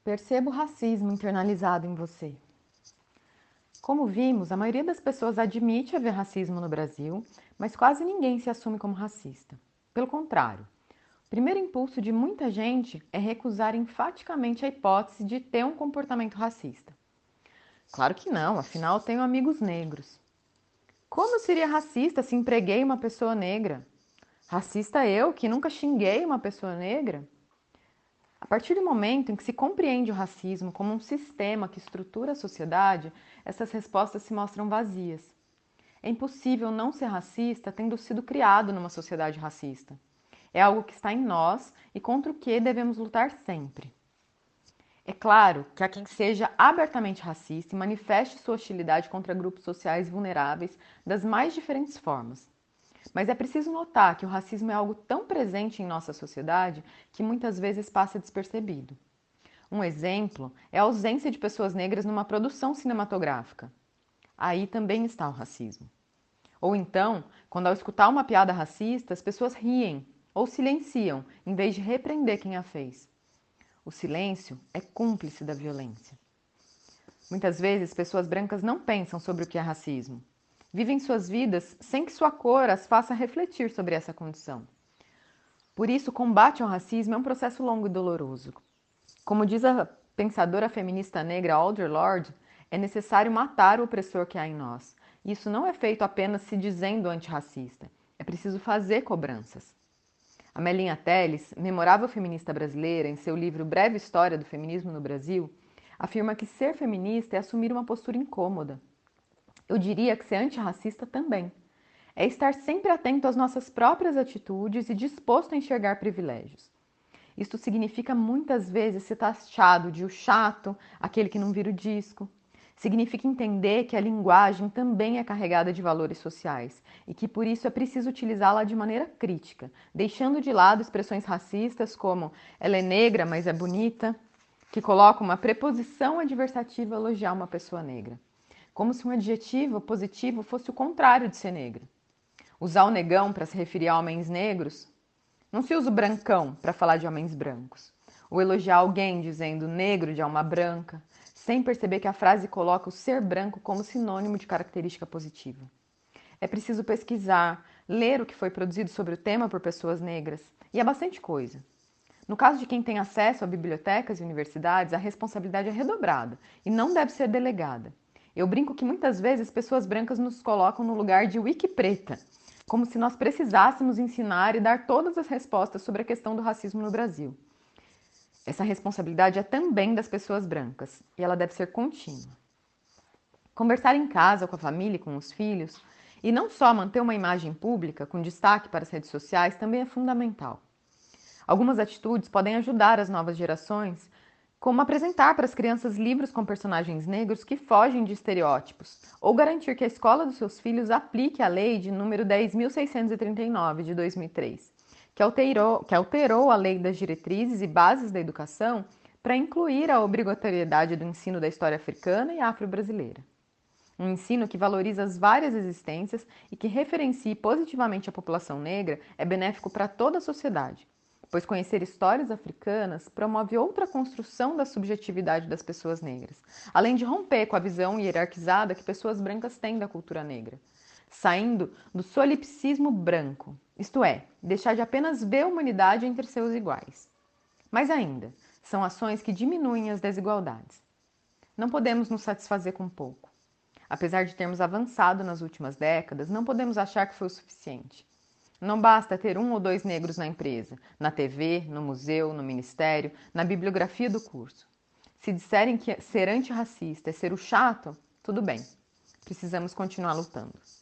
Perceba o racismo internalizado em você. Como vimos, a maioria das pessoas admite haver racismo no Brasil, mas quase ninguém se assume como racista. Pelo contrário, o primeiro impulso de muita gente é recusar enfaticamente a hipótese de ter um comportamento racista. Claro que não, afinal tenho amigos negros. Como seria racista se empreguei uma pessoa negra? Racista eu, que nunca xinguei uma pessoa negra? A partir do momento em que se compreende o racismo como um sistema que estrutura a sociedade, essas respostas se mostram vazias. É impossível não ser racista tendo sido criado numa sociedade racista. É algo que está em nós e contra o que devemos lutar sempre. É claro que há quem seja abertamente racista e manifeste sua hostilidade contra grupos sociais vulneráveis das mais diferentes formas. Mas é preciso notar que o racismo é algo tão presente em nossa sociedade que muitas vezes passa despercebido. Um exemplo é a ausência de pessoas negras numa produção cinematográfica. Aí também está o racismo. Ou então, quando ao escutar uma piada racista, as pessoas riem ou silenciam em vez de repreender quem a fez. O silêncio é cúmplice da violência. Muitas vezes, pessoas brancas não pensam sobre o que é racismo. Vivem suas vidas sem que sua cor as faça refletir sobre essa condição. Por isso, o combate ao racismo é um processo longo e doloroso. Como diz a pensadora feminista negra Audre Lorde, é necessário matar o opressor que há em nós. Isso não é feito apenas se dizendo antirracista. É preciso fazer cobranças. Amelinha Telles, memorável feminista brasileira, em seu livro Breve História do Feminismo no Brasil, afirma que ser feminista é assumir uma postura incômoda. Eu diria que ser antirracista também. É estar sempre atento às nossas próprias atitudes e disposto a enxergar privilégios. Isto significa muitas vezes ser taxado de o chato, aquele que não vira o disco. Significa entender que a linguagem também é carregada de valores sociais e que por isso é preciso utilizá-la de maneira crítica, deixando de lado expressões racistas como ela é negra, mas é bonita, que colocam uma preposição adversativa a elogiar uma pessoa negra, como se um adjetivo positivo fosse o contrário de ser negra. Usar o negão para se referir a homens negros. Não se usa o brancão para falar de homens brancos. Ou elogiar alguém dizendo negro de alma branca, sem perceber que a frase coloca o ser branco como sinônimo de característica positiva. É preciso pesquisar, ler o que foi produzido sobre o tema por pessoas negras, e é bastante coisa. No caso de quem tem acesso a bibliotecas e universidades, a responsabilidade é redobrada e não deve ser delegada. Eu brinco que muitas vezes pessoas brancas nos colocam no lugar de wiki preta, como se nós precisássemos ensinar e dar todas as respostas sobre a questão do racismo no Brasil. Essa responsabilidade é também das pessoas brancas e ela deve ser contínua. Conversar em casa, com a família e com os filhos, e não só manter uma imagem pública com destaque para as redes sociais, também é fundamental. Algumas atitudes podem ajudar as novas gerações, como apresentar para as crianças livros com personagens negros que fogem de estereótipos, ou garantir que a escola dos seus filhos aplique a lei de número 10.639 de 2003, que alterou a lei das diretrizes e bases da educação para incluir a obrigatoriedade do ensino da história africana e afro-brasileira. Um ensino que valoriza as várias existências e que referencie positivamente a população negra é benéfico para toda a sociedade, pois conhecer histórias africanas promove outra construção da subjetividade das pessoas negras, além de romper com a visão hierarquizada que pessoas brancas têm da cultura negra, saindo do solipsismo branco, isto é, deixar de apenas ver a humanidade entre seus iguais. Mais ainda, são ações que diminuem as desigualdades. Não podemos nos satisfazer com pouco. Apesar de termos avançado nas últimas décadas, não podemos achar que foi o suficiente. Não basta ter um ou dois negros na empresa, na TV, no museu, no ministério, na bibliografia do curso. Se disserem que ser antirracista é ser o chato, tudo bem. Precisamos continuar lutando.